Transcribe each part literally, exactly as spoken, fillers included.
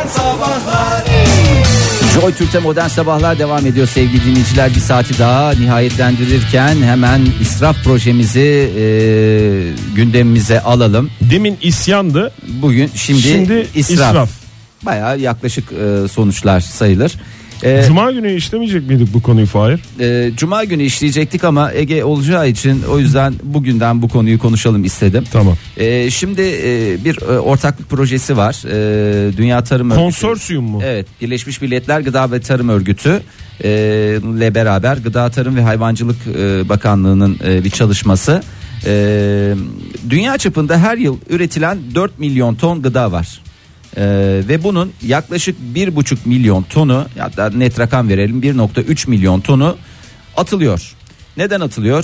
Sabahlar. Joy Türk'te Modern Sabahlar devam ediyor sevgili dinleyiciler. Bir saati daha nihayetlendirirken hemen israf projemizi e, gündemimize alalım. Demin isyandı. Bugün şimdi, şimdi israf. israf. Bayağı yaklaşık e, sonuçlar sayılır. E, Cuma günü işlemeyecek miydik bu konuyu Fahir? e, Cuma günü işleyecektik ama Ege olacağı için o yüzden bugünden bu konuyu konuşalım istedim. Tamam. E, şimdi e, bir e, ortaklık projesi var. E, Dünya Tarım Örgütü. Konsorsiyum mu? Evet, Birleşmiş Milletler Gıda ve Tarım Örgütü e, ile beraber Gıda Tarım ve Hayvancılık e, Bakanlığı'nın e, bir çalışması. E, dünya çapında her yıl üretilen dört milyon ton gıda var. Ee, ve bunun yaklaşık bir buçuk milyon tonu, hatta net rakam verelim, bir nokta üç milyon tonu atılıyor. Neden atılıyor?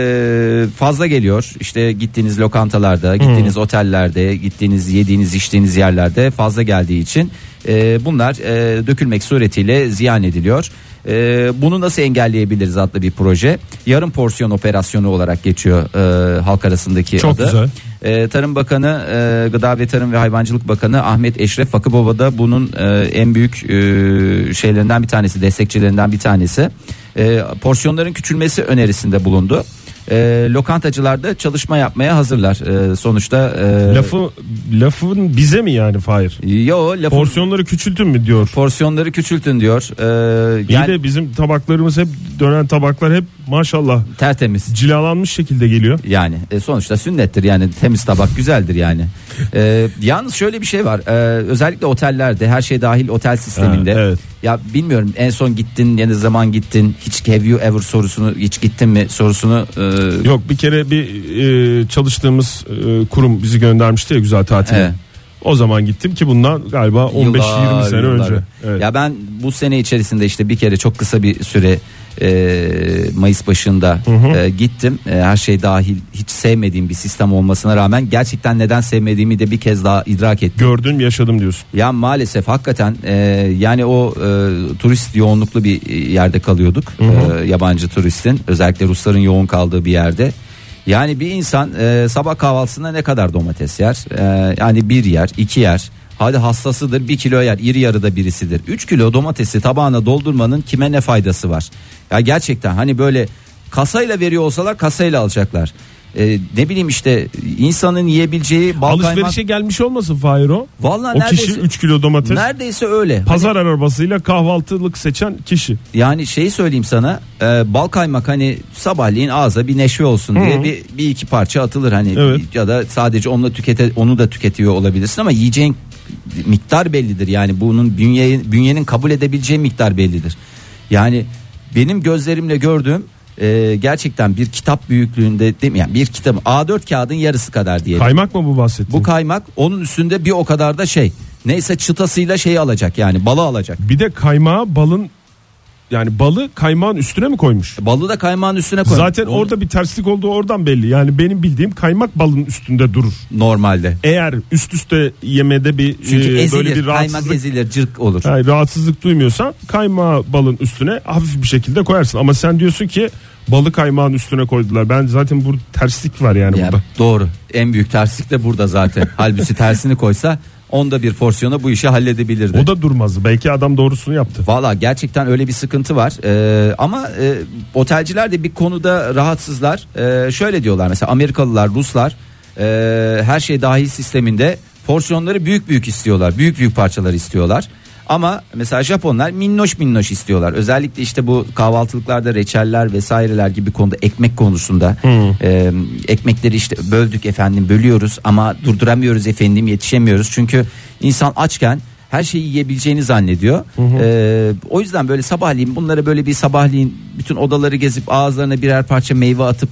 Ee, fazla geliyor. İşte gittiğiniz lokantalarda, gittiğiniz hmm. otellerde, gittiğiniz yediğiniz içtiğiniz yerlerde fazla geldiği için e, bunlar e, dökülmek suretiyle ziyan ediliyor. E, bunu nasıl engelleyebiliriz adlı bir proje. Yarım porsiyon operasyonu olarak geçiyor e, halk arasındaki Çok adı. Güzel. E, Tarım Bakanı, e, Gıda ve Tarım ve Hayvancılık Bakanı Ahmet Eşref Fakıbaba da bunun e, en büyük e, şeylerinden bir tanesi, destekçilerinden bir tanesi. E, porsiyonların küçülmesi önerisinde bulundu. E, lokantacılar da çalışma yapmaya hazırlar. E, sonuçta e, lafı lafın bize mi yani Fahir? Yo, lafın, porsiyonları küçültün mü diyor. Porsiyonları küçültün diyor. E, İyi yani, de bizim tabaklarımız hep dönen tabaklar hep maşallah tertemiz, cilalanmış şekilde geliyor. Yani e, sonuçta sünnettir yani, temiz tabak güzeldir yani. E, yalnız şöyle bir şey var. E, özellikle otellerde, her şey dahil otel sisteminde. Ha, evet. Ya bilmiyorum, en son gittin ya ne zaman gittin, hiç have you ever sorusunu, hiç gittin mi sorusunu. E... Yok, bir kere bir e, çalıştığımız e, kurum bizi göndermişti ya güzel tatile. Evet. O zaman gittim ki bundan galiba on beş yirmi sene yıllar. önce. Evet. Ya ben bu sene içerisinde işte bir kere çok kısa bir süre e, Mayıs başında hı hı. E, gittim. E, her şey dahil hiç sevmediğim bir sistem olmasına rağmen gerçekten neden sevmediğimi de bir kez daha idrak ettim. Gördün, yaşadım diyorsun. Ya maalesef hakikaten e, yani o e, turist yoğunluklu bir yerde kalıyorduk. Hı hı. E, yabancı turistin, özellikle Rusların yoğun kaldığı bir yerde. Yani bir insan e, sabah kahvaltısında ne kadar domates yer? E, yani bir yer, iki yer. Hadi hastasıdır, bir kilo yer, iri yarıda birisidir. Üç kilo domatesi tabağına doldurmanın kime ne faydası var? Ya gerçekten hani böyle kasayla veriyor olsalar kasayla alacaklar. Ee, ne bileyim işte insanın yiyebileceği bal alışverişe kaymak... gelmiş olmasın Fahir o? Vallahi o neredeyse, kişi üç kilo domates. Neredeyse öyle. Pazar hani, arabasıyla kahvaltılık seçen kişi. Yani şeyi söyleyeyim sana, e, bal kaymak hani sabahleyin ağza bir neşve olsun Hı-hı. diye bir, bir iki parça atılır hani, evet. Ya da sadece onunla tükete, onu da tüketiyor olabilirsin ama yiyeceğin miktar bellidir. Yani bunun bünye, bünyenin kabul edebileceği miktar bellidir. Yani benim gözlerimle gördüğüm e, gerçekten bir kitap büyüklüğünde değil mi? Yani bir kitap A dört kağıdın yarısı kadar diyelim. Kaymak mı bu bahsettiğin? Bu kaymak, onun üstünde bir o kadar da şey. Neyse çıtasıyla şeyi alacak, yani balı alacak. Bir de kaymağı balın, yani balı kaymağın üstüne mi koymuş? Balı da kaymağın üstüne koymuş. Zaten Onu... orada bir terslik olduğu oradan belli. Yani benim bildiğim kaymak balın üstünde durur. Normalde. Eğer üst üste yemede bir Çünkü e, ezilir, böyle bir rahatsızlık, kaymak ezilir, cırk olur. Yani rahatsızlık duymuyorsan kaymağı balın üstüne hafif bir şekilde koyarsın. Ama sen diyorsun ki balı kaymağın üstüne koydular. Ben zaten burada terslik var yani, yani burada. Doğru. En büyük terslik de burada zaten. Halbuki tersini koysa onda bir porsiyona bu işi halledebilirdi. O da durmazdı. Belki adam doğrusunu yaptı. Valla gerçekten öyle bir sıkıntı var. Ee, ama e, otelciler de bir konuda rahatsızlar. Ee, şöyle diyorlar mesela, Amerikalılar, Ruslar e, her şey dahil sisteminde porsiyonları büyük büyük istiyorlar. Büyük büyük parçalar istiyorlar. Ama mesela Japonlar minnoş minnoş istiyorlar. Özellikle işte bu kahvaltılıklarda reçeller vesaireler gibi konuda, ekmek konusunda hmm. e, ekmekleri işte böldük efendim, bölüyoruz ama durduramıyoruz efendim, yetişemiyoruz. Çünkü insan açken her şeyi yiyebileceğini zannediyor. Hı hı. E, o yüzden böyle sabahleyin bunlara böyle bir sabahleyin bütün odaları gezip ağızlarına birer parça meyve atıp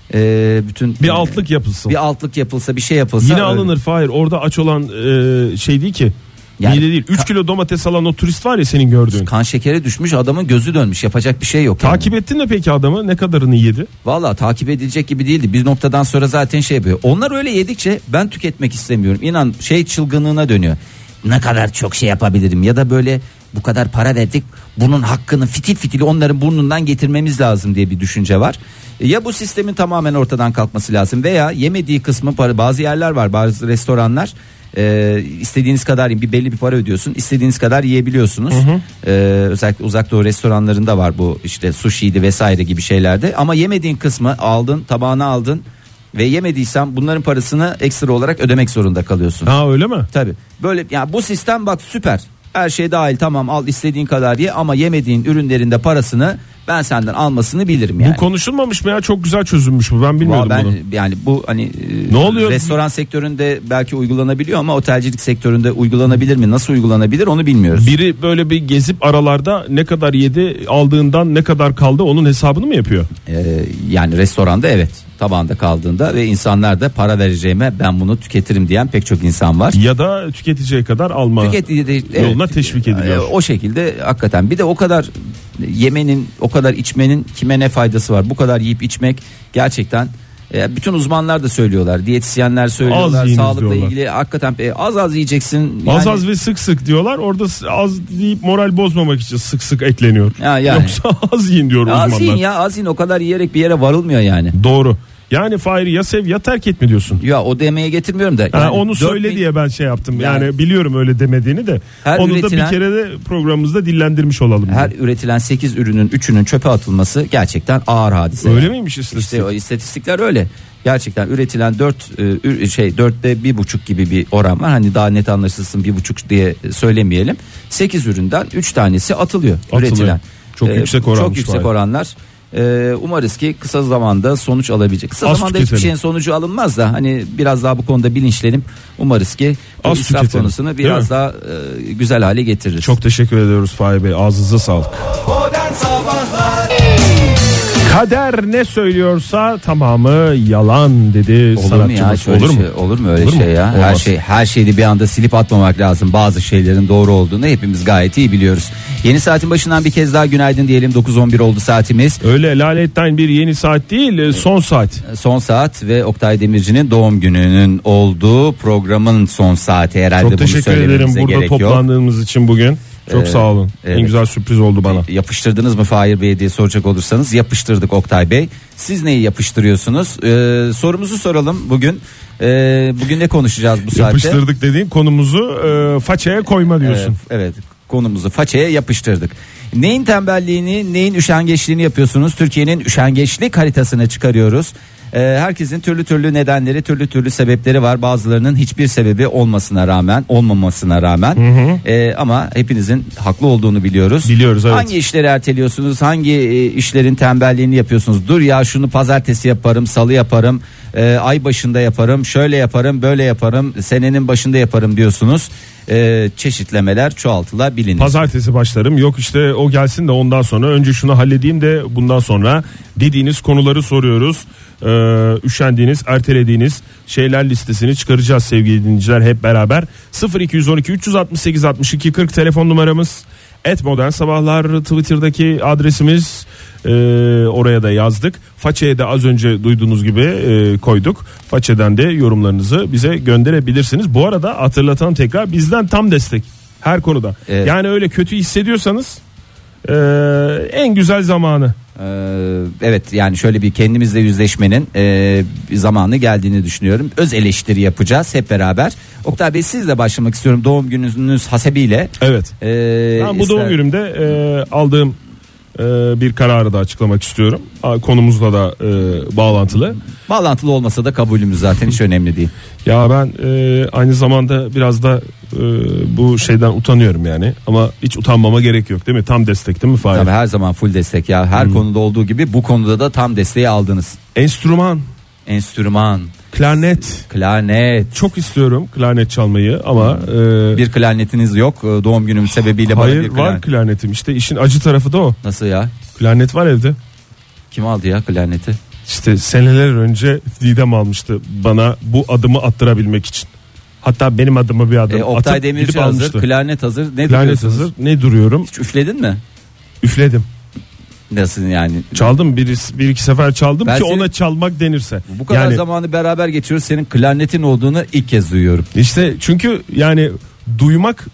e, bütün bir altlık yapılsın. Bir altlık yapılsa, bir şey yapılsa. Yine öyle alınır Fahir. Orada aç olan e, şey değil ki. Yani değil. üç kilo domates alan o turist var ya senin gördüğün. Kan şekeri düşmüş, adamın gözü dönmüş, yapacak bir şey yok. Takip yani. ettin mi peki adamı, ne kadarını yedi? Valla takip edilecek gibi değildi. Bir noktadan sonra zaten şey yapıyor. Onlar öyle yedikçe ben tüketmek istemiyorum. İnan şey çılgınlığına dönüyor. Ne kadar çok şey yapabilirim ya da böyle bu kadar para verdik, bunun hakkını fitil fitil onların burnundan getirmemiz lazım diye bir düşünce var. Ya bu sistemin tamamen ortadan kalkması lazım veya yemediği kısmı, bazı yerler var, bazı restoranlar Ee, istediğiniz kadar bir belli bir para ödüyorsun. İstediğiniz kadar yiyebiliyorsunuz. Hı hı. Ee, özellikle uzak doğu restoranlarında var bu, işte sushi'ydi vesaire gibi şeylerde. Ama yemediğin kısmı aldın, tabağına aldın ve yemediysen bunların parasını ekstra olarak ödemek zorunda kalıyorsun. Ha, öyle mi? Tabii. Böyle yani bu sistem bak süper. Her şey dahil, tamam, al istediğin kadar ye ama yemediğin ürünlerin de parasını ben senden almasını bilirim yani. Bu konuşulmamış mı ya? Çok güzel çözülmüş bu. Ben bilmiyordum ben, bunu. Yani bu hani ne oluyor? Restoran sektöründe belki uygulanabiliyor ama otelcilik sektöründe uygulanabilir mi? Nasıl uygulanabilir onu bilmiyoruz. Biri böyle bir gezip aralarda ne kadar yedi, aldığından ne kadar kaldı onun hesabını mı yapıyor? Ee, yani restoranda evet, tabağında kaldığında ve insanlar da para vereceğime ben bunu tüketirim diyen pek çok insan var. Ya da tüketeceği kadar alma Tüketici de, evet, yoluna teşvik ediliyor. O şekilde hakikaten. Bir de o kadar yemenin, o kadar içmenin kime ne faydası var? Bu kadar yiyip içmek gerçekten, e, bütün uzmanlar da söylüyorlar, diyetisyenler söylüyorlar, sağlıkla diyorlar. ilgili hakikaten e, az az yiyeceksin. Yani, az az ve sık sık diyorlar. Orada az deyip moral bozmamak için sık sık ekleniyor. Ya yani. Yoksa az yiyin diyor ya uzmanlar. Az yiyin ya, az yiyin, o kadar yiyerek bir yere varılmıyor yani. Doğru. Yani Fahir, ya sev ya terk et mi diyorsun? Ya o demeye getirmiyorum da. Yani ha, onu söyle bin... diye ben şey yaptım. Yani, yani biliyorum öyle demediğini de. Onu üretilen, da bir kere de programımızda dillendirmiş olalım. Her diye. üretilen sekiz ürünün üçünün çöpe atılması gerçekten ağır hadise. Öyle yani. miymiş istatistik? İşte o istatistikler öyle. Gerçekten üretilen dört şey dörtte bir buçuk gibi bir oran var. Hani daha net anlaşılsın, bir buçuk diye söylemeyelim. Sekiz üründen üç tanesi atılıyor. Atılıyor. Üretilen. Çok ee, yüksek oranmış. Çok yüksek oranlar. Ee, umarız ki kısa zamanda sonuç alabilecek. Kısa Az zamanda tüketelim. hiçbir şeyin sonucu alınmaz da hani biraz daha bu konuda bilinçlenelim. Umarız ki bu Az israf tüketelim. konusunu biraz daha e, güzel hale getiririz. Çok teşekkür ediyoruz Fahir Bey. Ağzınıza sağlık. Kader ne söylüyorsa tamamı yalan dedi olur sanatçımız. Mu ya, olur mu? Şey, olur mu öyle olur şey mu? ya? Olmaz. Her şey her şeyi bir anda silip atmamak lazım. Bazı şeylerin doğru olduğunu hepimiz gayet iyi biliyoruz. Yeni saatin başından bir kez daha günaydın diyelim. dokuz on bir oldu saatimiz. Öyle laletten bir yeni saat değil, son saat. Son saat ve Oktay Demirci'nin doğum gününün olduğu programın son saati herhalde. Çok bunu teşekkür ederim burada toplandığımız yok. için bugün. Çok ee, sağ olun. Evet. En güzel sürpriz oldu bana. Yapıştırdınız mı Fahir Bey diye soracak olursanız yapıştırdık Oktay Bey. Siz neyi yapıştırıyorsunuz? Ee, sorumuzu soralım bugün. Ee, bugün ne konuşacağız bu saatte? Yapıştırdık dediğin konumuzu e, façaya koyma diyorsun. Ee, evet, konumuzu façaya yapıştırdık. Neyin tembelliğini, neyin üşengeçliğini yapıyorsunuz? Türkiye'nin üşengeçlik haritasını çıkarıyoruz. Herkesin türlü türlü nedenleri, türlü türlü sebepleri var. Bazılarının hiçbir sebebi olmasına rağmen, olmamasına rağmen. Hı hı. Ee, ama hepinizin haklı olduğunu biliyoruz. Biliyoruz, evet. Hangi işleri erteliyorsunuz? Hangi e, işlerin tembelliğini yapıyorsunuz? Dur ya, şunu pazartesi yaparım, salı yaparım, e, ay başında yaparım, şöyle yaparım, böyle yaparım, senenin başında yaparım diyorsunuz. E, çeşitlemeler çoğaltılabilir. Pazartesi başlarım, yok işte o gelsin de ondan sonra önce şunu halledeyim de bundan sonra dediğiniz konuları soruyoruz. Ee, üşendiğiniz, ertelediğiniz şeyler listesini çıkaracağız sevgili dinleyiciler hep beraber. sıfır iki on iki üç altı sekiz altmış iki kırk telefon numaramız. et modern sabahlar Twitter'daki adresimiz. Ee, oraya da yazdık. Façe'ye de az önce duyduğunuz gibi e, koyduk. Façe'den de yorumlarınızı bize gönderebilirsiniz. Bu arada hatırlatalım tekrar, bizden tam destek her konuda. Evet. Yani öyle kötü hissediyorsanız e, en güzel zamanı. Ee, evet, yani şöyle bir kendimizle yüzleşmenin e, zamanı geldiğini düşünüyorum. Öz eleştiri yapacağız hep beraber. Oktay Bey, sizle başlamak istiyorum doğum gününüz hasebiyle. Evet. Ee, ben bu ister... doğum günümde e, aldığım e, bir kararı da açıklamak istiyorum. Konumuzla da e, bağlantılı. Bağlantılı olmasa da kabulümüz zaten hiç önemli değil. Ya ben e, aynı zamanda biraz da e, bu şeyden utanıyorum yani. Ama hiç utanmama gerek yok değil mi? Tam destek değil mi Fahir? Tabii, her zaman full destek ya. Her hmm. konuda olduğu gibi bu konuda da tam desteği aldınız. Enstrüman. Enstrüman. Klarnet. Klarnet. Çok istiyorum klarnet çalmayı ama e... bir klarnetiniz yok doğum günüm sebebiyle. Hayır, bana bir var klarnetim. İşte işin acı tarafı da o. Nasıl ya? Klarnet var evde. Kim aldı ya klarneti? İşte seneler önce Didem almıştı bana bu adımı attırabilmek için. Hatta benim adıma bir adım e, Oktay atıp Demirci hazır, almıştı. Klarnet hazır. Ne klarnet hazır. Ne duruyorum? Hiç üfledin mi? Üfledim. Nasıl yani? Çaldım, bir, bir iki sefer çaldım ben ki senin, ona çalmak denirse. Bu kadar yani, zamanı beraber geçiyoruz, senin klarnetin olduğunu ilk kez duyuyorum. İşte çünkü yani duymak,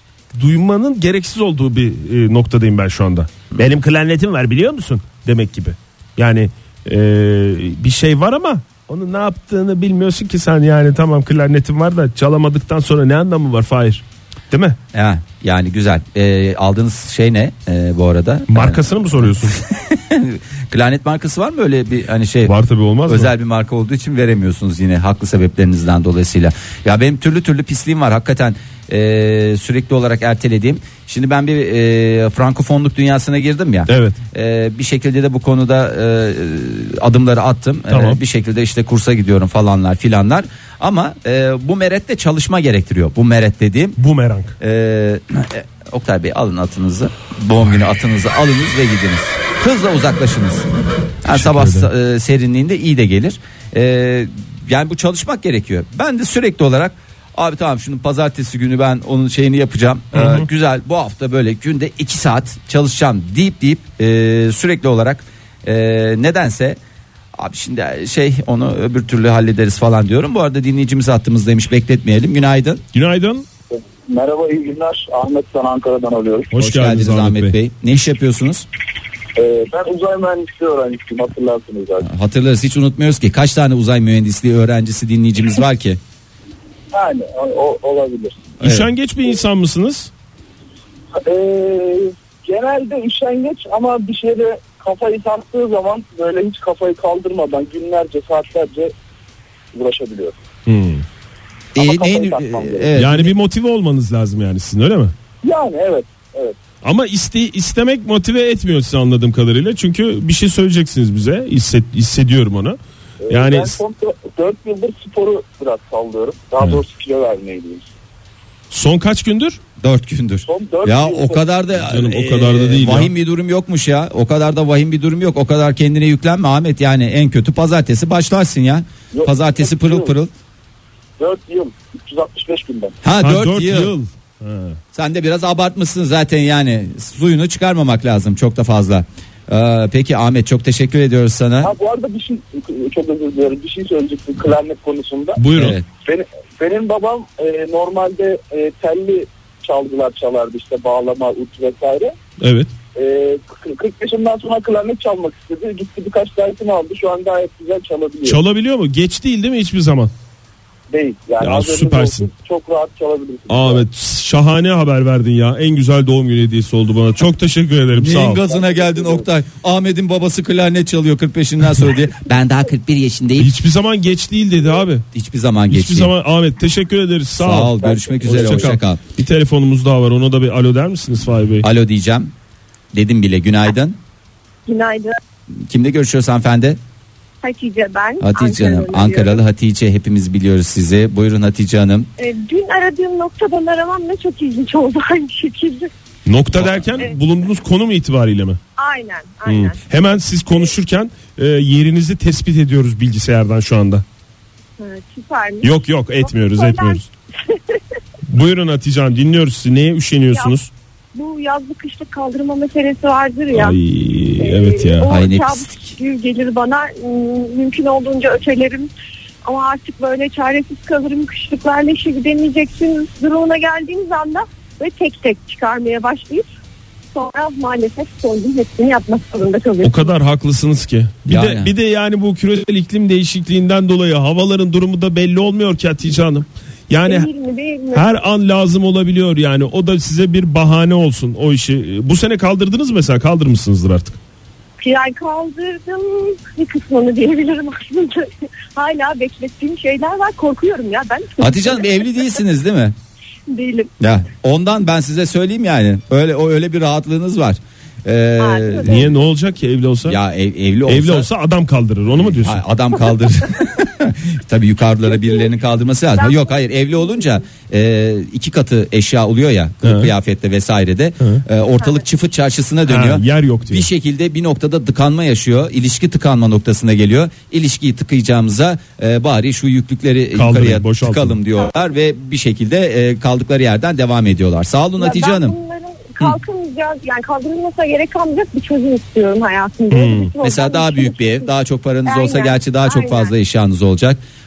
duymanın gereksiz olduğu bir e, noktadayım ben şu anda. Benim klarnetim var biliyor musun demek gibi. Yani e, bir şey var ama onu ne yaptığını bilmiyorsun ki sen yani. Tamam, klarnetin var da çalamadıktan sonra ne anlamı var Fahir? Değil mi? Ya, yani güzel. Ee, aldığınız şey ne ee, bu arada? Markasını mı soruyorsun? Klarnet markası var mı öyle bir hani şey? Var tabii, olmaz özel mı? bir marka olduğu için veremiyorsunuz yine haklı sebeplerinizden dolayısıyla. Ya benim türlü türlü pisliğim var hakikaten, ee, sürekli olarak ertelediğim. Şimdi ben bir e, frankofonluk dünyasına girdim ya. Evet. E, bir şekilde de bu konuda e, adımları attım. Tamam. E, bir şekilde işte kursa gidiyorum falanlar filanlar. Ama e, bu merette çalışma gerektiriyor. Bu meret dediğim. Bumerang. E, e, Oktay Bey, alın atınızı. Doğum günü atınızı alınız ve gidiniz. Hızla uzaklaşınız. Yani sabah e, serinliğinde iyi de gelir. E, yani bu çalışmak gerekiyor. Ben de sürekli olarak abi tamam şunu pazartesi günü ben onun şeyini yapacağım. Ee, güzel, bu hafta böyle günde iki saat çalışacağım deyip deyip e, sürekli olarak e, nedense abi şimdi şey onu öbür türlü hallederiz falan diyorum. Bu arada dinleyicimiz hattımızdaymış, bekletmeyelim. Günaydın. Günaydın. Merhaba, iyi günler. Ahmet, ben Ankara'dan arıyorum. Hoş, Hoş geldiniz, geldiniz Ahmet Bey. Bey. Ne iş yapıyorsunuz? Ee, ben uzay mühendisliği öğrencisiyim, hatırlarsınız zaten. Hatırlarız, hiç unutmuyoruz ki. Kaç tane uzay mühendisliği öğrencisi dinleyicimiz var ki? Yani o, olabilir. Evet. Üşengeç bir insan mısınız? Ee, genelde üşengeç ama bir şeyde kafayı taktığı zaman böyle hiç kafayı kaldırmadan günlerce, saatlerce uğraşabiliyor. Hmm. Ama Ee, kafayı neyin- takmam gerekiyor. evet. Yani bir motive olmanız lazım yani sizin, öyle mi? Yani evet, evet. Ama iste, istemek motive etmiyor sizi anladığım kadarıyla. Çünkü bir şey söyleyeceksiniz bize. Hisset, hissediyorum onu. Ee, Yani ben son dört yıldır sporu biraz sallıyorum. Daha Evet. doğrusu kilo vermeyliyim. son kaç gündür? Dört gündür. Son dört Ya yıldır- o kadar da Canım, o e, kadar da değil ya. vahim bir durum yokmuş ya. O kadar da vahim bir durum yok. O kadar kendine yüklenme Ahmet. Yani en kötü pazartesi başlarsın ya. Yok, Pazartesi yok, pırıl yok. pırıl. dört yıl, üç yüz altmış beş günden. Ha, Ha, dört dört yıl. yıl. Ha. Sen de biraz abartmışsın zaten yani. Suyunu çıkarmamak lazım çok da fazla. Ee, peki Ahmet, çok teşekkür ediyoruz sana. Ha, bu arada bir şey, çok özür dilerim, bir şey söyleyecektim klarnet konusunda. Buyurun. Evet. Benim, benim babam e, normalde e, telli çalgılar çalardı, işte bağlama, ut vesaire. Evet. E, kırk yaşından sonra klarnet çalmak istedi. Gitti birkaç dersini aldı. Şu an gayet güzel çalabiliyor. Çalabiliyor mu? Geç değil değil mi hiçbir zaman? Değil. Yani Ya, haberiniz süpersin. olsun, çok rahat çalabilirsiniz. Ahmet, şahane haber verdin ya. En güzel doğum günü hediyesi oldu bana. Çok teşekkür ederim. Sağ Neyin ol. gazına geldin Oktay? Ahmet'in babası klarnet çalıyor kırk beşinden sonra diye. Ben daha kırk bir yaşındayım. Hiçbir zaman geç değil dedi abi. Hiçbir zaman geç Hiçbir değil. zaman. Ahmet, teşekkür ederiz. Sağ, Sağ ol. ol. Görüşmek üzere. Hoşça kal. Hoşça kal. Bir telefonumuz daha var. Ona da bir alo der misiniz Fahir Bey? Alo diyeceğim. Dedim bile. Günaydın. Günaydın. Kimle görüşüyoruz hanımefendi? Hatice ben. Hatice Hanım. Ankara'dan Ankaralı arıyorum. Hatice, hepimiz biliyoruz sizi. Buyurun Hatice Hanım. Ee, dün aradığım noktadan aramam da çok ilginç oldu aynı şekilde. Nokta derken Evet. bulunduğunuz konum itibariyle mi? Aynen, aynen. Hmm. Hemen siz konuşurken e, yerinizi tespit ediyoruz bilgisayardan şu anda. Evet, süpermiş. Yok yok, etmiyoruz Söyler- etmiyoruz. Buyurun Hatice Hanım, dinliyoruz sizi. Neye üşeniyorsunuz? Bu yazlık kışlık kaldırma meselesi vardır ya. Ay Ee, evet ya. O Ay, ne kabus pislik. gibi gelir bana. Hmm, Mümkün olduğunca ötelerim. Ama artık böyle çaresiz kalırım. Kışlıklarla işe gidemeyeceksiniz durumuna geldiğiniz anda ve tek tek çıkarmaya başlayıp sonra maalesef son gün hepsini yapmak zorunda O kalıyorsunuz. kadar haklısınız ki. Bir Yani. de bir de yani bu küresel iklim değişikliğinden dolayı havaların durumu da belli olmuyor ki Hatice Hanım. Yani Değil mi, değil mi? her an lazım olabiliyor yani. O da size bir bahane olsun o işi. Bu sene kaldırdınız mı mesela? Kaldırmışsınızdır artık. Bir ay kaldırdım bir kısmını diyebilirim aslında. Hala beklettiğim şeyler var, korkuyorum ya ben. Hatice Hanım, evli değilsiniz değil mi? Değilim. Ya ondan ben size söyleyeyim yani. Öyle o öyle bir rahatlığınız var. Ee, Ha, evet. Niye, ne olacak ki evli olsa? ya ev, evli olsa, Evli olsa adam kaldırır, onu mu diyorsun? Ha, adam kaldır. Tabii yukarılara birilerinin kaldırması lazım. Ben- Yok hayır, evli olunca e, iki katı eşya oluyor ya, kılık Hı. kıyafette vesairede. E, ortalık çıfıt çarşısına dönüyor. Ha, yer yok diyor. Bir şekilde bir noktada tıkanma yaşıyor. İlişki tıkanma noktasına geliyor. İlişkiyi tıkayacağımıza e, bari şu yüklükleri Kaldırın, yukarıya boşaltın. tıkalım diyorlar ve bir şekilde e, kaldıkları yerden devam ediyorlar. Sağ olun Ya Hatice ben Hanım. bunların kalkınmayacak, yani kaldırılmasa gerek kalmayacak bir çözüm istiyorum hayatımda. Hmm. Bir Mesela problem daha yok. büyük bir ev, daha çok paranız olsa Aynen, gerçi daha çok aynen. fazla eşyanız olacak.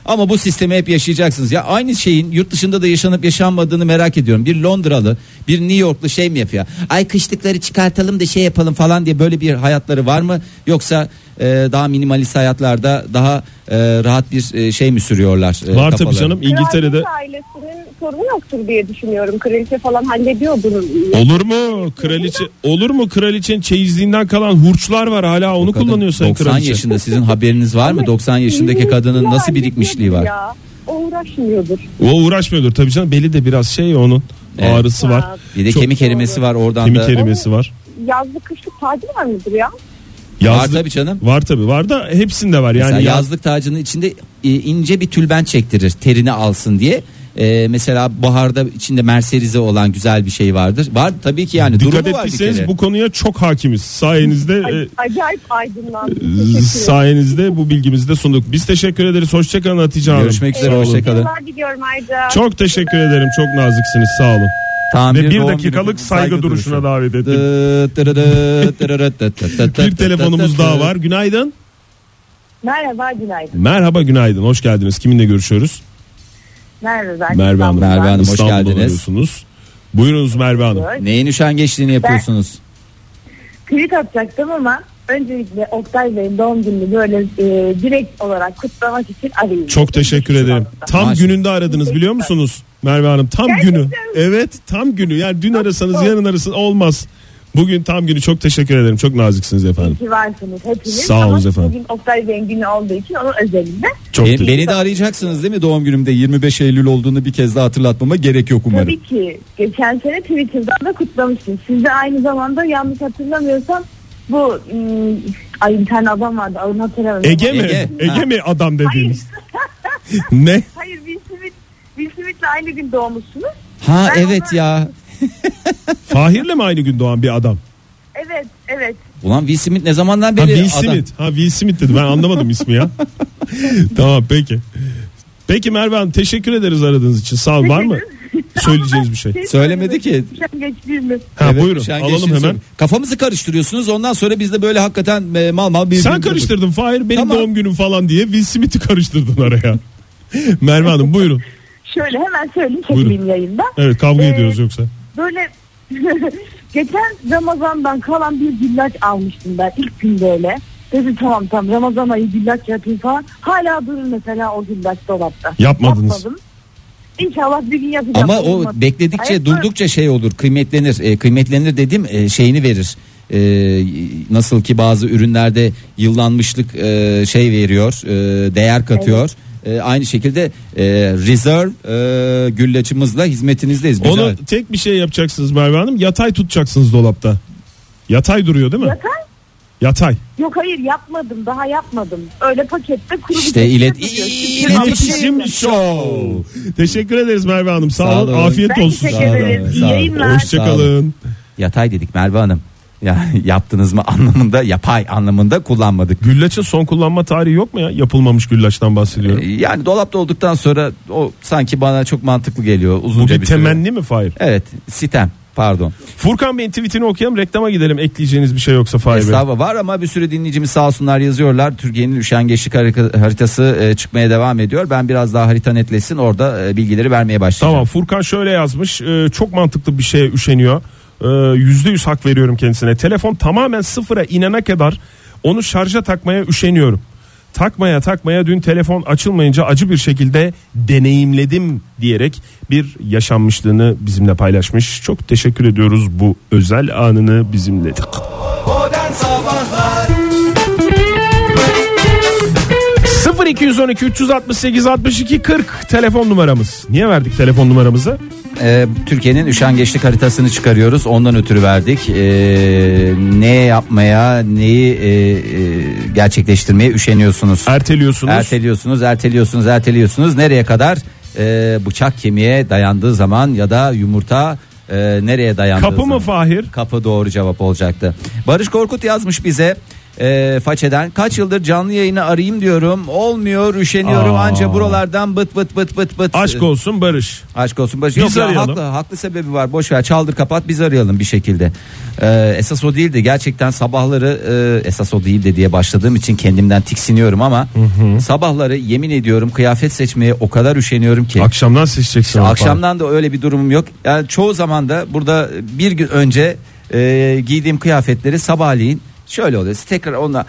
Ama bu sistemi hep yaşayacaksınız. Ya aynı şeyin yurt dışında da yaşanıp yaşanmadığını merak ediyorum. Bir Londralı, bir New Yorklu şey mi yapıyor? Ay kışlıkları çıkartalım da şey yapalım falan diye böyle bir hayatları var mı? Yoksa e, daha minimalist hayatlarda daha e, rahat bir e, şey mi sürüyorlar? E, Var kafaları? tabii canım, İngiltere'de. Kraliçe ailesinin sorunu yoktur diye düşünüyorum. Kraliçe falan hallediyordur. Olur mu kraliçe? Olur mu kraliçenin çeyizliğinden kalan hurçlar var, hala onu Kadın kullanıyor sayın doksan kraliçe. yaşında, sizin haberiniz var mı? doksan yaşındaki kadının nasıl birikmişliği var? Ya, o uğraşmıyordur. O uğraşmıyordur tabii canım, beli de biraz şey, onun Evet. ağrısı var. Bir de Çok- kemik erimesi var oradan Kemik da. erimesi var. Yazlık kışlık tacı var mıdır ya? Yazlık, Var tabii canım. Var tabii, var da hepsinde var yani. Mesela yaz- yazlık tacının içinde e, ince bir tülbent çektirir terini alsın diye. E, mesela baharda içinde merserize olan güzel bir şey vardır. Var tabii ki yani. Dikkat Durumu var bir ettiyseniz kere. bu konuya çok hakimiz. Sayenizde Ay, e, acayip aydınlandım. Teşekkür ederim. sayenizde bu bilgimizi de sunduk. Biz teşekkür ederiz. Hoşçakalın Hatice Hanım. Görüşmek üzere, Sağ olun. hoşça kalın. Yıllar diliyorum ayrıca. Çok teşekkür ederim. Çok naziksiniz. Sağ olun. Tam Ve bir doğum dakikalık günü saygı duruşuna davet ettim. Bir Bir telefonumuz daha var. Günaydın. Merhaba, günaydın. Merhaba, günaydın. Hoş geldiniz. Kiminle görüşüyoruz? Merhaba, ben Merve Hanım. Merve Hanım, hoş İstanbul'dan geldiniz. arıyorsunuz. Buyurunuz Merve Hanım. Neyin üşengeçliğini yapıyorsunuz? Tweet atacaktım ama öncelikle Oktay Bey'in doğum gününü böyle e, direkt olarak kutlamak için arayayım. Çok teşekkür ederim. Tam Maşallah. gününde aradınız biliyor musunuz Merve Hanım? Tam Gerçekten günü. mi? Evet, tam günü. Yani dün arasanız yarın arasanız olmaz. Bugün tam günü. Çok teşekkür ederim. Çok naziksiniz efendim. İyi ki varsınız hepiniz. Sağ olun Ama efendim. Bugün Oktay Bey'in günü olduğu için onun özelinde. Çok Be- teşekkür beni de arayacaksınız değil mi doğum günümde yirmi beş Eylül olduğunu bir kez daha hatırlatmama gerek yok umarım. Tabii ki. Geçen sene Twitter'dan da kutlamıştım. Siz de aynı zamanda yanlış hatırlamıyorsam bu ım, ay bir tane adam vardı. Adını hatırlamıyorum. Ege mi? Ege. Ege, Ha. mi adam Hayır. dediğiniz? Ne? Hayır, Will Smith, Will Smith'le aynı gün doğmuşsunuz. Ha Ben evet ona- ya. Fahir'le mi aynı gün doğan bir adam? Evet, evet. Ulan Will Smith ne zamandan Ha beri Will adam? Smith. Ha Will Smith dedi. Ben anlamadım ismi ya. Tamam peki. Peki Merve Hanım, teşekkür ederiz aradığınız için. Sağ olun. Var mı söyleyeceğiniz bir şey? Söylemedi ki. Geçtiğim mi? Ha Evet, buyurun, üşengeçliğini alalım hemen. söyle- Kafamızı karıştırıyorsunuz, ondan sonra biz de böyle hakikaten e, mal mal bir. Sen karıştırdın Fahir, benim Tamam. doğum günüm falan diye Will Smith'i karıştırdın araya. Merve Hanım buyurun. Şöyle hemen söyleyeyim, Buyurun. çekeyim yayında. Evet, kavga Ee, ediyoruz yoksa. Böyle geçen Ramazan'dan kalan bir güllaç almıştım ben ilk gün böyle. Dedim tamam tamam Ramazan ayı güllaç yapayım falan. Hala durur mesela o güllaç dolapta. Yapmadınız. Yapmadım. İnşallah bir gün yapacağım. Ama o Olmadı. bekledikçe Hayır, durdukça şey olur, kıymetlenir. E, kıymetlenir dedim e, şeyini verir. E, nasıl ki bazı ürünlerde yıllanmışlık e, şey veriyor, e, değer katıyor. E, aynı şekilde e, Reserve e, güllaçımızla hizmetinizdeyiz. Güzel. Onu tek bir şey yapacaksınız Merve Hanım. Yatay tutacaksınız dolapta. Yatay duruyor değil mi? Yatay? Yatay. Yok hayır yapmadım, daha yapmadım. Öyle pakette kuru bir İşte şekilde ilet duruyor. iletişim İletişim show. Teşekkür ederiz Merve Hanım. Sağ, Sağ olun. olun. Afiyet Ben olsun. teşekkür ederim. İyi Sağ olun. yayınlar. Hoşçakalın. Yatay dedik Merve Hanım. Ya yaptınız mı anlamında, yapay anlamında kullanmadık. Güllaçın son kullanma tarihi yok mu ya? Yapılmamış güllaçtan bahsediyorum. E, Yani dolapta olduktan sonra o sanki bana çok mantıklı geliyor Bu uzunca bir bir süre. temenni mi Fahir? Evet, sitem. Pardon. Furkan Bey'in tweetini okuyalım, reklama gidelim. Ekleyeceğiniz bir şey yoksa Fahir Bey. Estağfurullah, var ama bir sürü dinleyicimiz sağ olsunlar yazıyorlar. Türkiye'nin üşengeçlik harika- haritası e, çıkmaya devam ediyor. Ben biraz daha harita netleşsin, orada e, bilgileri vermeye başlayacağım. Tamam, Furkan şöyle yazmış. Ee, çok mantıklı bir şeye üşeniyor. Ee, yüzde yüz hak veriyorum kendisine. Telefon tamamen sıfıra inene kadar onu şarja takmaya üşeniyorum. Takmaya takmaya dün telefon açılmayınca acı bir şekilde deneyimledim diyerek bir yaşanmışlığını bizimle paylaşmış. Çok teşekkür ediyoruz bu özel anını bizimle. sıfır iki on iki üç altı sekiz altmış iki kırk telefon numaramız. Niye verdik telefon numaramızı? Ee, Türkiye'nin üşengeçlik haritasını çıkarıyoruz. Ondan ötürü verdik. Ee, ne yapmaya, neyi e, e, gerçekleştirmeye üşeniyorsunuz? Erteliyorsunuz. Erteliyorsunuz, erteliyorsunuz, erteliyorsunuz. Nereye kadar? Ee, bıçak kemiğe dayandığı zaman ya da yumurta e, nereye dayandığı Kapı zaman. mı Fahir? Kapı doğru cevap olacaktı. Barış Korkut yazmış bize. e, Façeden. Kaç yıldır canlı yayını arayayım diyorum. Olmuyor, üşeniyorum. Aa. Anca buralardan bıt bıt bıt bıt bıt. Aşk olsun Barış. Aşk olsun Barış. Biz Yok ya, arayalım. haklı, haklı sebebi var. Boş ver, çaldır kapat, biz arayalım bir şekilde. Ee, esas o değildi. Gerçekten sabahları e, esas o değildi diye başladığım için kendimden tiksiniyorum ama hı hı. sabahları yemin ediyorum kıyafet seçmeye o kadar üşeniyorum ki. Akşamdan seçeceksin. İşte akşamdan da öyle bir durumum yok. Yani çoğu zaman da burada bir gün önce e, giydiğim kıyafetleri sabahleyin şöyle oluyor. Tekrar onunla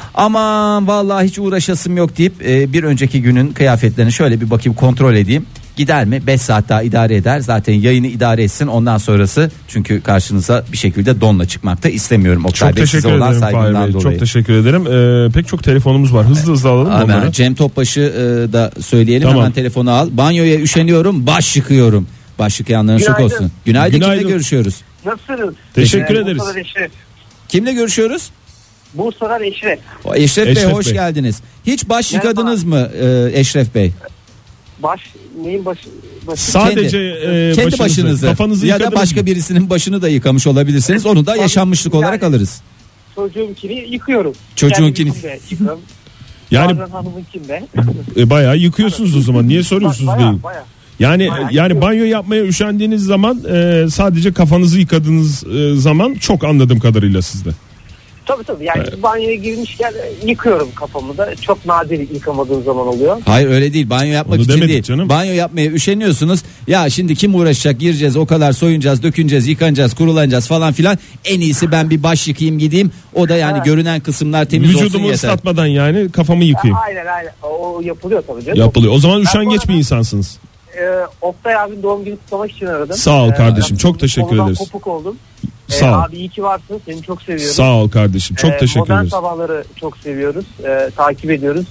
aman vallahi hiç uğraşasım yok deyip e, bir önceki günün kıyafetlerini şöyle bir bakayım, kontrol edeyim. Gider mi? beş saat daha idare eder. Zaten yayını idare etsin. Ondan sonrası çünkü karşınıza bir şekilde donla çıkmak da istemiyorum. Oktay çok Bey, teşekkür size olan ederim saygımdan Fahir Bey. dolayı. Çok teşekkür ederim. Ee, pek çok telefonumuz var. Hızlı hızlı alalım Hemen onları. Cem Topbaş'ı e, da söyleyelim. Tamam. Hemen telefonu al. Banyoya üşeniyorum, baş yıkıyorum. Baş yıkayanların çok Günaydın. olsun. Günaydın. Günaydın. Kimle görüşüyoruz? Nasılsınız? Teşekkür Ee, ederiz. Bursa'dan Eşref. Kimle görüşüyoruz? Bursa'dan Eşref. O Eşref, Eşref Bey hoş Bey. geldiniz. Hiç baş Merhaba. yıkadınız mı e, Eşref Bey? Baş neyin başı? başı? Sadece e, Kendi başınızı, başınızı kafanızı ya da yıkadınız başka mı? birisinin başını da yıkamış olabilirsiniz. Onu da yaşanmışlık Yani- olarak alırız. Çocuğumkini yıkıyorum. Çocuğunkini- Kendiminkini de yıkıyorum. Yani Bazen hanımınkini de. e, bayağı yıkıyorsunuz o zaman. Niye soruyorsunuz Bayağı, değil? bayağı. Yani Bayağı yani yıkıyorum. banyo yapmaya üşendiğiniz zaman e, sadece kafanızı yıkadığınız e, zaman çok anladığım kadarıyla sizde. Tabii tabii yani banyoya girmişken yıkıyorum kafamı da. Çok nadir yıkamadığım zaman oluyor. Hayır öyle değil, banyo yapmak Onu için demedik değil. canım. Banyo yapmaya üşeniyorsunuz. Ya şimdi kim uğraşacak, gireceğiz o kadar, soyunacağız, döküneceğiz, yıkanacağız, kurulanacağız falan filan. En iyisi ben bir baş yıkayayım gideyim. O da yani Ha. görünen kısımlar temiz olsun Vücudumu yeter. ıslatmadan yani kafamı yıkayayım. Aynen aynen. O yapılıyor tabii canım. Yapılıyor. O zaman Ben bu üşengeç bir arada- insansınız. Ee, Oktay abinin doğum günü kutlamak için aradım. Sağ ol kardeşim, Ee, çok teşekkür konudan ederiz. kopuk oldum. Ee, Sağ ol. Abi iyi ki varsın. Seni çok seviyorum. Sağ ol kardeşim. Çok Ee, teşekkür Modern ederiz. sabahları çok seviyoruz. Ee, takip ediyoruz.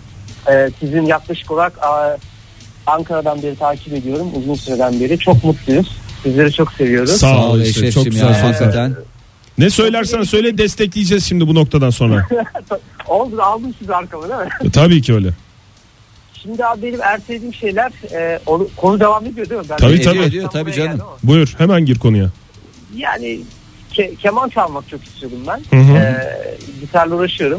Ee, sizin yaklaşık olarak a, Ankara'dan beri takip ediyorum. Uzun süreden beri. Çok mutluyuz. Sizleri çok seviyoruz. Sağ Sağ ol işte, Eşref'cim çok güzel ya, sözler. hakikaten. Ne söylersen söyle, destekleyeceğiz şimdi bu noktadan sonra. Oldu, aldım sizi arkama değil mi? E, tabii ki öyle. Şimdi abi benim ertelediğim şeyler e, onu- konu devam ediyor değil mi? Ben Tabii, de- tabii. Ediyor, tabii Buraya canım. geldim ama. Buyur, hemen gir konuya. Yani ke- keman çalmak çok istiyordum ben. Hı hı. Ee, gitarla uğraşıyorum.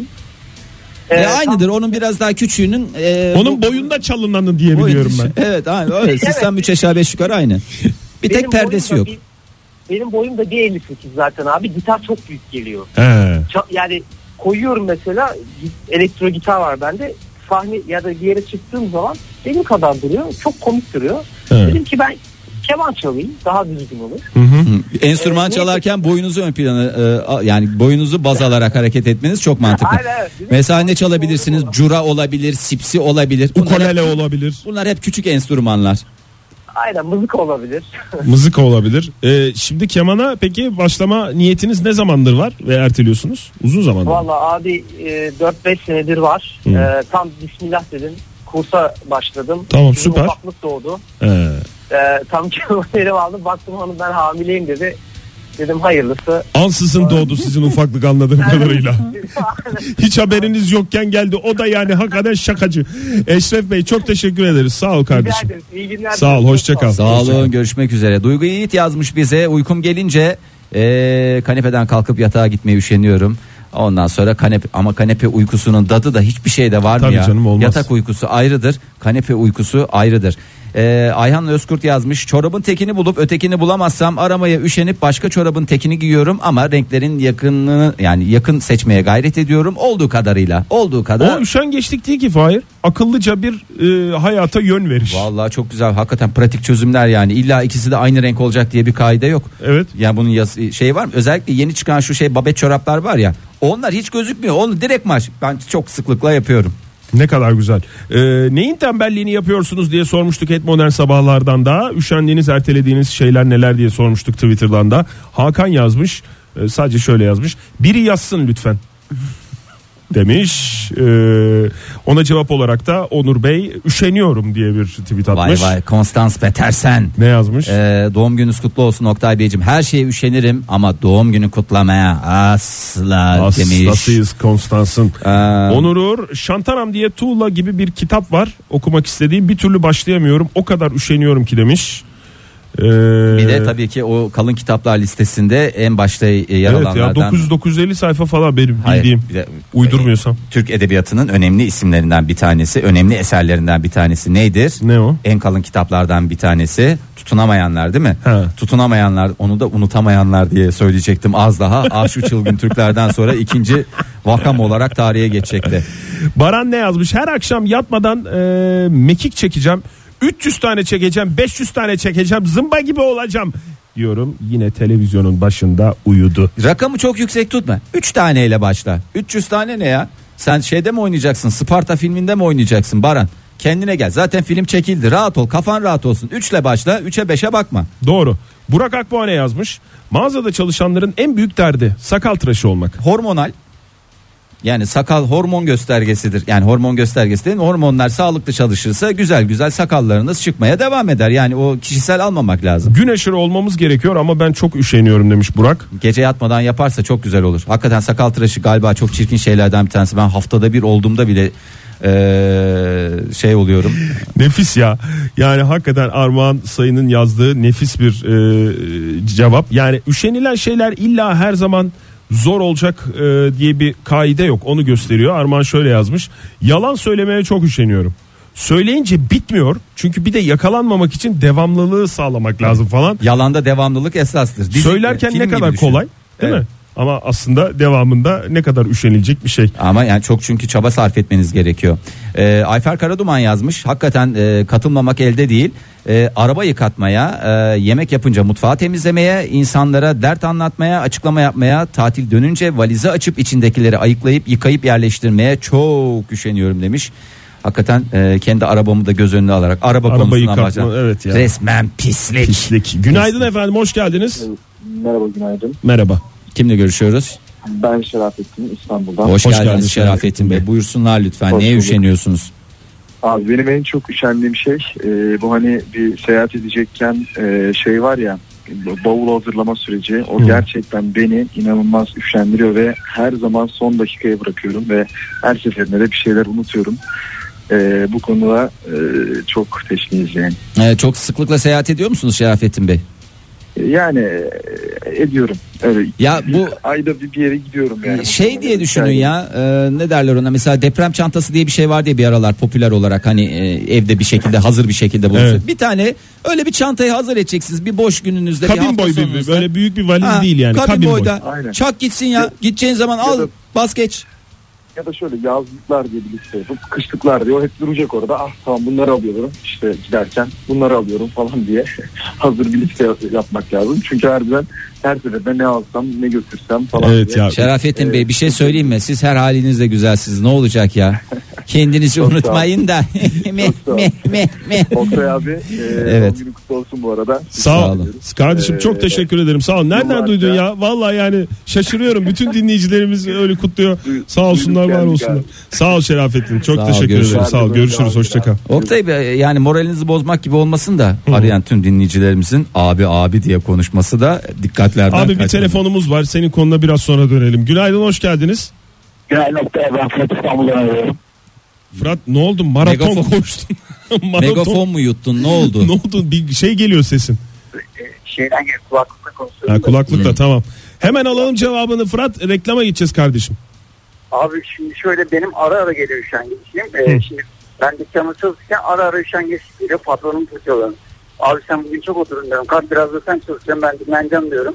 Ee, E, tam- aynıdır, onun biraz daha küçüğünün. e, Onun bu- boyunda çalınanı diye boyun- biliyorum ben. Evet aynı öyle. Sistem üç aşağı beş yukarı aynı. Bir benim tek perdesi boyum yok. da bir- benim boyum da bir elli sekiz zaten abi. Gitar çok büyük geliyor. He. Ça- yani koyuyorum mesela, elektro gitar var bende. Sahne ya da bir yere çıktığım zaman benim kadar duruyor. Çok komik duruyor. He. Dedim ki ben keman çalayım, daha düzgün olur. Hı hı. Hı. Enstrüman Ee, çalarken boyunuzu ön plana e, a- yani boyunuzu baz alarak hareket etmeniz çok mantıklı. Aynen, evet. Mesela ne çalabilirsiniz? Cura olabilir, sipsi olabilir. Bunlar Ukulele hep, olabilir. bunlar hep küçük enstrümanlar. Aynen, mızık olabilir. Mızıka olabilir. Ee, şimdi kemana peki başlama niyetiniz ne zamandır var ve erteliyorsunuz? Uzun zamandır. Valla abi e, dört beş senedir var. Hı. E, tam bismillah dedim. Kursa başladım. Tamam, Bizim süper. ufaklık doğdu. He. E, tam kemanı aldım. Baktım hanım ben hamileyim dedi. Dedim hayırlısı. Ansızın doğdu sizin ufaklık anladığım kadarıyla. Hiç haberiniz yokken geldi. O da yani hakikaten şakacı. Eşref Bey çok teşekkür ederiz. Sağ ol Rica kardeşim. ederim. İyi günler. Sağ ol, hoşça kal. Sağ olun, görüşmek üzere. Duygu Yiğit yazmış bize, uykum gelince e, kanepeden kalkıp yatağa gitmeye üşeniyorum. Ondan sonra kanepe, ama kanepe uykusunun tadı da hiçbir şeyde var mı Tabii ya? canım, olmaz. Yatak uykusu ayrıdır, kanepe uykusu ayrıdır. Ee, Ayhan Özkurt yazmış, çorabın tekini bulup ötekini bulamazsam aramaya üşenip başka çorabın tekini giyiyorum ama renklerin yakınını yani yakın seçmeye gayret ediyorum olduğu kadarıyla olduğu kadar. O üşengeçlik değil ki Fahir. Akıllıca bir e, hayata yön veriş. Vallahi çok güzel, hakikaten pratik çözümler yani, illa ikisi de aynı renk olacak diye bir kaide yok. Evet. Yani bunun yaz, şey var mı? Özellikle yeni çıkan şu şey babet çoraplar var ya. Onlar hiç gözükmüyor. Onu direkt maç. Ben çok sıklıkla yapıyorum. Ne kadar güzel. Ee, neyin tembelliğini yapıyorsunuz diye sormuştuk et modern sabahlardan da. Üşendiğiniz, ertelediğiniz şeyler neler diye sormuştuk Twitter'dan da. Hakan yazmış. e, sadece şöyle yazmış. Biri yazsın lütfen demiş. Ee, ona cevap olarak da Onur Bey üşeniyorum diye bir tweet Vay atmış. vay, Konstans Petersen. Ne yazmış? Ee, doğum gününüz kutlu olsun Oktay Beyciğim. Her şeye üşenirim ama doğum günü kutlamaya asla demiş. Hastasıyız Konstans'ın. Ee, Onur Uğur, Şantaram diye Tuğla gibi bir kitap var. Okumak istediğim, bir türlü başlayamıyorum. O kadar üşeniyorum ki demiş. Ee, Bir de tabii ki o kalın kitaplar listesinde en başta yer evet alanlardan. ya dokuz yüz dokuz yüz elli sayfa falan benim Hayır, bildiğim. bir de- Uydurmuyorsam. Türk edebiyatının önemli isimlerinden bir tanesi, önemli eserlerinden bir tanesi nedir? Ne o? En kalın kitaplardan bir tanesi. Tutunamayanlar değil mi? Ha. Tutunamayanlar, onu da unutamayanlar diye söyleyecektim az daha. Ah şu çılgın Türklerden sonra ikinci vakam olarak tarihe geçecekti. Baran ne yazmış? Her akşam yatmadan e, mekik çekeceğim. üç yüz tane çekeceğim, beş yüz tane çekeceğim, zımba gibi olacağım diyorum. Yine televizyonun başında uyudu. Rakamı çok yüksek tutma. üç taneyle başla. üç yüz tane ne ya? Sen şeyde mi oynayacaksın? Sparta filminde mi oynayacaksın Baran? Kendine gel. Zaten film çekildi. Rahat ol. Kafan rahat olsun. üç ile başla. üçe beşe bakma. Doğru. Burak Akboğa ne yazmış? Mağazada çalışanların en büyük derdi sakal tıraşı olmak. Hormonal. Yani sakal hormon göstergesidir. Yani hormon göstergesi değil mi? Hormonlar sağlıklı çalışırsa güzel güzel sakallarınız çıkmaya devam eder. Yani o kişisel almamak lazım. Gün aşırı olmamız gerekiyor ama ben çok üşeniyorum demiş Burak. Gece yatmadan yaparsa çok güzel olur. Hakikaten sakal tıraşı galiba çok çirkin şeylerden bir tanesi. Ben haftada bir olduğumda bile ee, şey oluyorum. Nefis ya. Yani hakikaten Armağan Sayın'ın yazdığı nefis bir e, cevap. Yani üşenilen şeyler illa her zaman zor olacak e, diye bir kaide yok. Onu gösteriyor. Armağan şöyle yazmış. Yalan söylemeye çok üşeniyorum. Söyleyince bitmiyor. Çünkü bir de yakalanmamak için devamlılığı sağlamak lazım falan. Yalanda devamlılık esastır. Dizi, Söylerken film ne gibi kadar düşün. kolay, değil Evet. mi? Ama aslında devamında ne kadar üşenilecek bir şey. Ama yani çok çünkü çaba sarf etmeniz gerekiyor. Ee, Ayfer Karaduman yazmış. Hakikaten e, katılmamak elde değil. E, araba yıkatmaya, e, yemek yapınca mutfağı temizlemeye, insanlara dert anlatmaya, açıklama yapmaya, tatil dönünce valizi açıp içindekileri ayıklayıp yıkayıp yerleştirmeye çok üşeniyorum demiş. Hakikaten e, kendi arabamı da göz önüne alarak araba Araba konusuna yıkatma, bakacağım. evet ya. Resmen pislik. Pislik. Günaydın efendim, hoş geldiniz. Merhaba, günaydın. Merhaba. Kimle görüşüyoruz? Ben Şerafettin, İstanbul'dan. Hoş, Hoş geldiniz geldiniz Şerafettin Bey. Buyursunlar lütfen. Hoş Neye bulduk. üşeniyorsunuz? Abi benim en çok üşendiğim şey e, bu hani bir seyahat edecekken e, şey var ya, bavul hazırlama süreci. O Hı. gerçekten beni inanılmaz üşendiriyor ve her zaman son dakikaya bırakıyorum ve her seferinde de bir şeyler unutuyorum. E, bu konuda e, çok teşniyiz yani. Ee, çok sıklıkla seyahat ediyor musunuz Şerafettin Bey? Yani e, ediyorum. Öyle Ya bir bu- ayda bir, bir yere gidiyorum yani. Şey diye düşünün ya, e, ne derler ona, mesela deprem çantası diye bir şey var diye bir aralar popüler olarak, hani e, evde bir şekilde hazır bir şekilde bulunsun. Evet. Bir tane öyle bir çantayı hazır edeceksiniz bir boş gününüzde, bir Kabin hafta boy bir, sonunuzda. böyle büyük bir valiz Ha, değil yani. kabin, Kabin boy. boyda. Aynen. Çak gitsin ya. Ya- Gideceğin zaman Ya al da- bas geç. Ya da şöyle yazlıklar diye bir liste yapıp kışlıklar diye o hep duracak orada. Ah tamam, bunları alıyorum işte giderken, bunları alıyorum falan diye hazır bir liste yapmak lazım. Çünkü harbiden her seferinde ne alsam ne götürsem falan Evet diye. ya. Şerafettin Evet. Bey bir şey söyleyeyim mi? Siz her halinizle güzelsiniz. Ne olacak ya? Kendinizi Çok sağ unutmayın da. meh, sağ ol. meh, meh, meh. Oktay abi e, Evet. doğum günü kutlu olsun bu arada. Sağ ol. olun. Kardeşim Ee, çok teşekkür ederim. Sağ ol. Nereden yıllarca- duydun ya? Vallahi yani şaşırıyorum. Bütün dinleyicilerimiz öyle kutluyor. Duy- Sağ olsunlar, duyduk var geldik olsunlar. abi. Sağ ol Şerafettin. Çok Sağ ol, teşekkür görüşürüz. ederim. Sağ ol. Görüşürüz. Hoşça kal. Oktay Bey, yani moralinizi bozmak gibi olmasın da arayan tüm dinleyicilerimizin abi abi diye konuşması da dikkatlerden Abi bir kaçmasın. telefonumuz var. Senin konuna biraz sonra dönelim. Günaydın, hoş geldiniz. Günaydın Oktay, ben Fırat İstanbul'dan arıyorum. Fırat ne oldu? Maraton Megafon. koştun. Maraton. Megafon mu yuttun, ne oldu? Ne oldu? Bir şey geliyor sesin. Şeyden gelip kulaklıkla konuşuyorum. Ha, kulaklıkla Hmm. tamam. Hemen alalım cevabını Fırat. Reklama gideceğiz kardeşim. Abi şimdi şöyle, benim ara ara geliyor üşengeçliğim. Ee, şimdi ben dükkanda çalışırken ara ara üşengeçlik geliyor, patronum tutuyorlar. Abi sen bugün çok oturdun diyorum. Kalk biraz da sen çalışacaksın, ben dinleneceğim diyorum.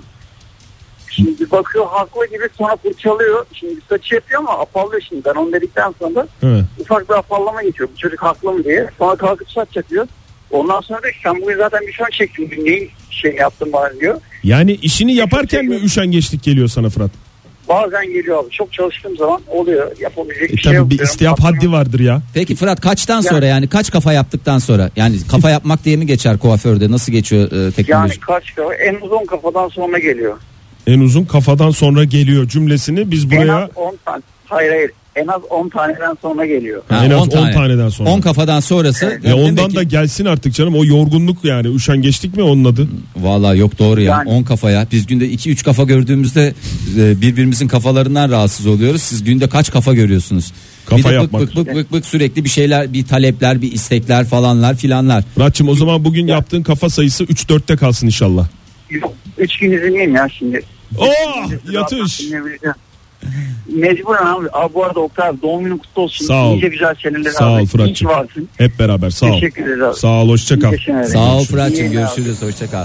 Şimdi bir bakıyor haklı gibi, sonra fırçalıyor. Şimdi bir saçı yapıyor ama apallıyor şimdi. Ben onu dedikten sonra Evet. ufak bir apallama geçiyor. Bu çocuk haklı mı diye. Sonra kalkıp saç yapıyor. Ondan sonra da sen bugün zaten bir şey çektin. Dün neyi şey yaptın bana diyor. Yani işini yaparken mi üşengeçlik geliyor sana Fırat? Bazen geliyor abi. Çok çalıştığım zaman oluyor. Yapabilecek E bir şey yok. tabii bir diyorum. istihap Patronum- haddi vardır ya. Peki Fırat, kaçtan sonra, yani kaç kafa yaptıktan sonra, yani kafa yapmak diye mi geçer kuaförde, nasıl geçiyor e, Yani teknoloji? kaç kafa? En uzun kafadan sonra geliyor. En uzun kafadan sonra geliyor cümlesini biz En buraya az on tane. Hayır hayır. En az on taneden sonra geliyor. Ha, en az on on tane. taneden sonra. on kafadan sonrası. Evet. Ya demek ondan ki- da gelsin artık canım, o yorgunluk yani, üşengeçlik mi onun adı? Vallahi yok, doğru ya, Yani- on kafaya. Biz günde iki üç kafa gördüğümüzde e, birbirimizin kafalarından rahatsız oluyoruz. Siz günde kaç kafa görüyorsunuz? Kafa bir de bık yapmak. bık bık bık bık sürekli bir şeyler, bir talepler, bir istekler falanlar filanlar. Muratçım o zaman bugün yaptığın kafa sayısı üç dörtte kalsın inşallah. Yok, üç gün izinliyim ya şimdi. Oh yatış. Mecburen abi. Abi bu arada Oktay abi doğum günün kutlu olsun. Sağ ol. Nice güzel seneler Sağ abi. ol İyi ki Fırat'cığım. varsın. Hep beraber sağ ol. Teşekkür ederiz abi. Sağ ol hoşça kal. İyi seneler. Sağ ol Fırat'cığım, İyi görüşürüz, hoşça kal.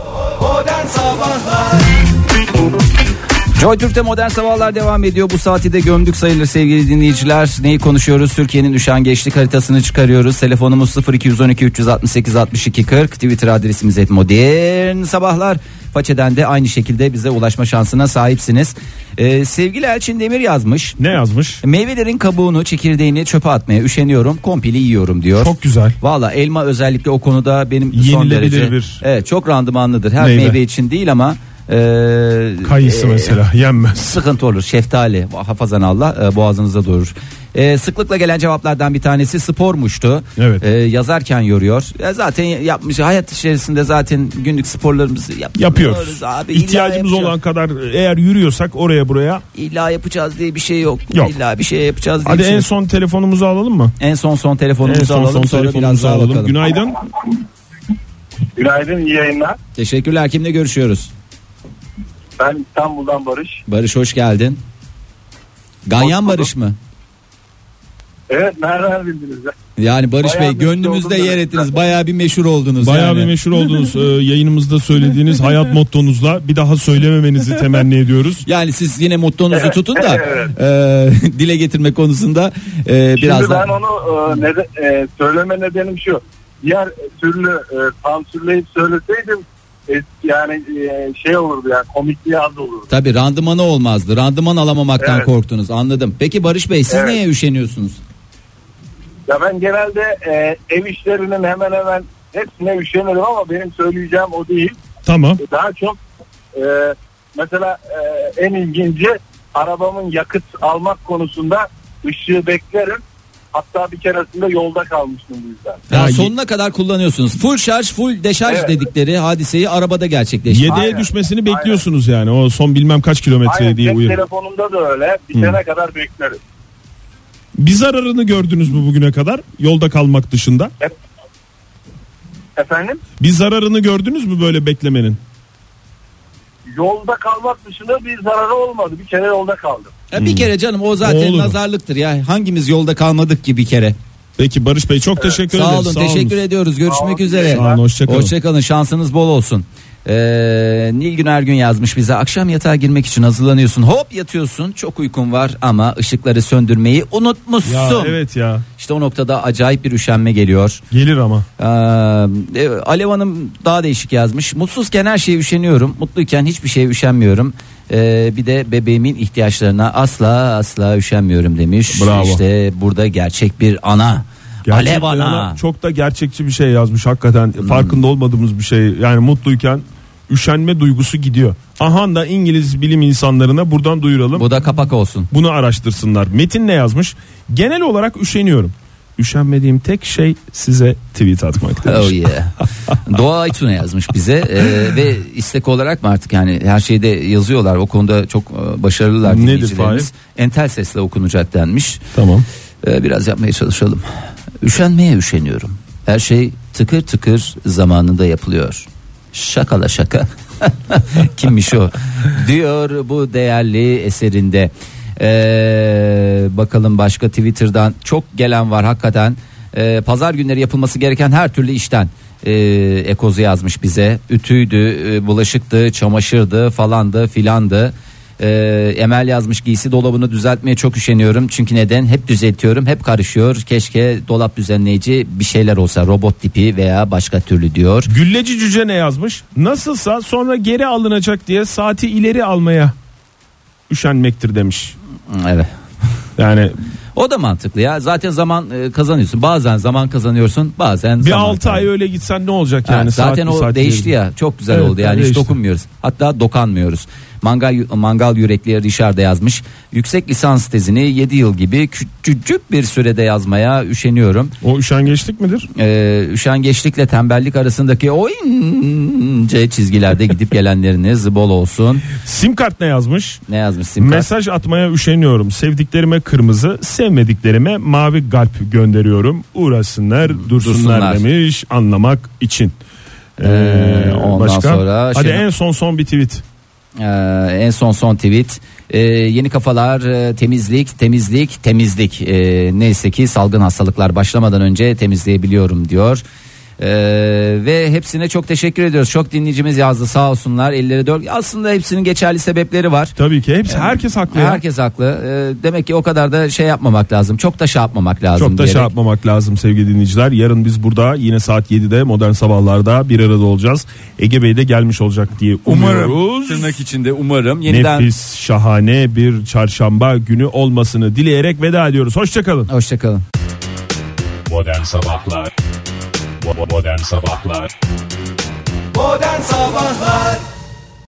Joy Türk'te Modern Sabahlar devam ediyor. Bu saati de gömdük sayılır sevgili dinleyiciler. Neyi konuşuyoruz? Türkiye'nin üşengeçlik haritasını çıkarıyoruz. Telefonumuz sıfır iki on iki üç altı sekiz altmış iki kırk. Twitter adresimiz et modern sabahlar. Façeden de aynı şekilde bize ulaşma şansına sahipsiniz. Ee, sevgili Elçin Demir yazmış. Ne yazmış? Meyvelerin kabuğunu, çekirdeğini çöpe atmaya üşeniyorum. Komple yiyorum diyor. Çok güzel. Valla elma özellikle o konuda benim son Yenilebilir derece. bir- Evet, çok randımanlıdır. Her Meyve. meyve için değil ama e, Kayısı e, mesela yenmez. sıkıntı olur. Şeftali hafazan Allah e, boğazınıza durur. E, sıklıkla gelen cevaplardan bir tanesi spormuştu. Evet. E, yazarken yoruyor. Ya zaten yapmış, hayat içerisinde zaten günlük sporlarımızı yap- Yapıyoruz. Abi, illa İhtiyacımız yapacağız. olan kadar eğer yürüyorsak oraya buraya. İlla yapacağız diye bir şey yok. Yok. İlla bir şey yapacağız diye Hadi bir şey en yok. son telefonumuzu alalım mı? En son son En telefonumuzu son alalım, son sonra biraz telefonumuzu daha alalım. bakalım. Günaydın. Günaydın, iyi yayınlar. Teşekkürler. Kimle görüşüyoruz? Ben İstanbul'dan Barış. Barış, hoş geldin. Ganyan Hoş bulduk. Barış mı? Evet, nereden bildiniz ya? Yani Barış Bayağı Bey, meşhur gönlümüzde oldum yer da. ettiniz. Bayağı bir meşhur oldunuz. Bayağı yani. bir meşhur oldunuz. Ee, yayınımızda söylediğiniz hayat mottonuzla bir daha söylememenizi temenni ediyoruz. Yani siz yine mottonuzu Evet, tutun da evet. e, dile getirme konusunda e, biraz Şimdi daha. ben onu e, neden, e, söyleme nedenim şu. Diğer türlü e, sansürleyip söyleseydim e, yani e, şey olurdu yani, komikliği az olurdu. Tabii randımanı olmazdı. Randıman alamamaktan Evet. korktunuz, anladım. Peki Barış Bey, siz Evet. neye üşeniyorsunuz? Ya ben genelde e, ev işlerinin hemen hemen hepsine üşenirim ama benim söyleyeceğim o değil. Tamam. Daha çok e, mesela e, en ilginci arabamın yakıt almak konusunda ışığı beklerim. Hatta bir keresinde yolda kalmıştım bu yüzden. Ya Ya, sonuna kadar kullanıyorsunuz. Full şarj, full deşarj Evet. dedikleri hadiseyi arabada gerçekleştiriyor. Yedeğe Aynen. düşmesini bekliyorsunuz yani. O son bilmem kaç kilometre Aynen, diye cep uyarı. telefonumda da öyle. Bitene kadar beklerim. Bir zararını gördünüz mü bugüne kadar? Yolda kalmak dışında. Efendim? Bir zararını gördünüz mü böyle beklemenin? Yolda kalmak dışında bir zararı olmadı. Bir kere yolda kaldım. Ya bir kere canım, o zaten Olur. nazarlıktır ya. Hangimiz yolda kalmadık ki bir kere? Peki Barış Bey çok teşekkür Sağ ederiz. olun, teşekkür ediyoruz. Görüşmek olun. üzere. Sağ olun, hoşça kalın. Hoşçakalın, şansınız bol olsun. Ee, Nilgün Ergün yazmış bize. Akşam yatağa girmek için hazırlanıyorsun. Hop yatıyorsun. Çok uykun var ama ışıkları söndürmeyi unutmuşsun. Ya evet ya. İşte o noktada acayip bir üşenme geliyor. Gelir ama. Ee, e, Alev Hanım daha değişik yazmış. Mutsuzken her şeye üşeniyorum. Mutluyken hiçbir şeye üşenmiyorum. Ee, bir de bebeğimin ihtiyaçlarına asla asla üşenmiyorum demiş. Bravo. İşte burada gerçek bir ana. Gerçekten Alev ana. ama çok da gerçekçi bir şey yazmış hakikaten. Hmm. Farkında olmadığımız bir şey. Yani mutluyken üşenme duygusu gidiyor. Aha da İngiliz bilim insanlarına buradan duyuralım. Bu da kapak olsun. Bunu araştırsınlar. Metin ne yazmış? Genel olarak üşeniyorum. Üşenmediğim tek şey size tweet atmak demiş. Oh yeah. Doğa Aytun yazmış bize ee, ve istek olarak mı artık, yani her şeyde yazıyorlar, o konuda çok e, başarılılar Nedir dinleyicilerimiz. Entel sesle okunacak denmiş. Tamam. Ee, biraz yapmaya çalışalım. Üşenmeye üşeniyorum. Her şey tıkır tıkır zamanında yapılıyor. Şakala şaka. Kimmiş o? Diyor bu değerli eserinde. Ee, bakalım başka Twitter'dan çok gelen var hakikaten. Ee, pazar günleri yapılması gereken her türlü işten e, ekozu yazmış bize. Ütüydü, e, bulaşıktı, çamaşırdı, falandı, filandı. Ee, Emel yazmış, giysi dolabını düzeltmeye çok üşeniyorum. Çünkü neden? Hep düzeltiyorum, hep karışıyor. Keşke dolap düzenleyici bir şeyler olsa, robot tipi veya başka türlü diyor. Gülleci Cüce ne yazmış? Nasılsa sonra geri alınacak diye saati ileri almaya üşenmektir demiş. Evet. Yani O da mantıklı ya. Zaten zaman e, kazanıyorsun. Bazen zaman kazanıyorsun, bazen bir zaman altı ay kaybı. öyle gitsen ne olacak Ha, yani? zaten Saat bir o saat değişti ileri. ya. Çok güzel Evet, oldu yani, değişti. hiç dokunmuyoruz. Hatta dokanmıyoruz. Mangal, mangal yürekli Richard da yazmış. Yüksek lisans tezini yedi yıl gibi küçücük bir sürede yazmaya üşeniyorum. O üşengeçlik midir? Ee, üşengeçlikle tembellik arasındaki o ince çizgilerde gidip gelenleriniz bol olsun. Sim kart ne yazmış? Ne yazmış sim kart? Mesaj atmaya üşeniyorum. Sevdiklerime kırmızı, sevmediklerime mavi kalp gönderiyorum. Uğraşsınlar, dursunlar, dursunlar. demiş anlamak için. Ee, ee, ondan başka? Sonra hadi şey... en son son bir tweet. Ee, en son son tweet. Ee, yeni kafalar, e, temizlik, temizlik, temizlik. Ee, neyse ki salgın hastalıklar başlamadan önce temizleyebiliyorum diyor. Ee, ve hepsine çok teşekkür ediyoruz. Çok dinleyicimiz yazdı sağ olsunlar. Elleri dört. Aslında hepsinin geçerli sebepleri var. Tabii ki hepsi, herkes haklı. Ya. Herkes haklı. Ee, demek ki o kadar da şey yapmamak lazım. Çok da şey yapmamak lazım. Çok da diyerek. şey yapmamak lazım sevgili dinleyiciler. Yarın biz burada yine saat yedide Modern Sabahlar'da bir arada olacağız. Ege Bey de gelmiş olacak diye umuyoruz. Umarım. Tırnak içinde umarım. Yeniden... Nefis, şahane bir çarşamba günü olmasını dileyerek veda ediyoruz. Hoşçakalın. Hoşçakalın. Modern Sabahlar Modern Sabahlar Modern Sabahlar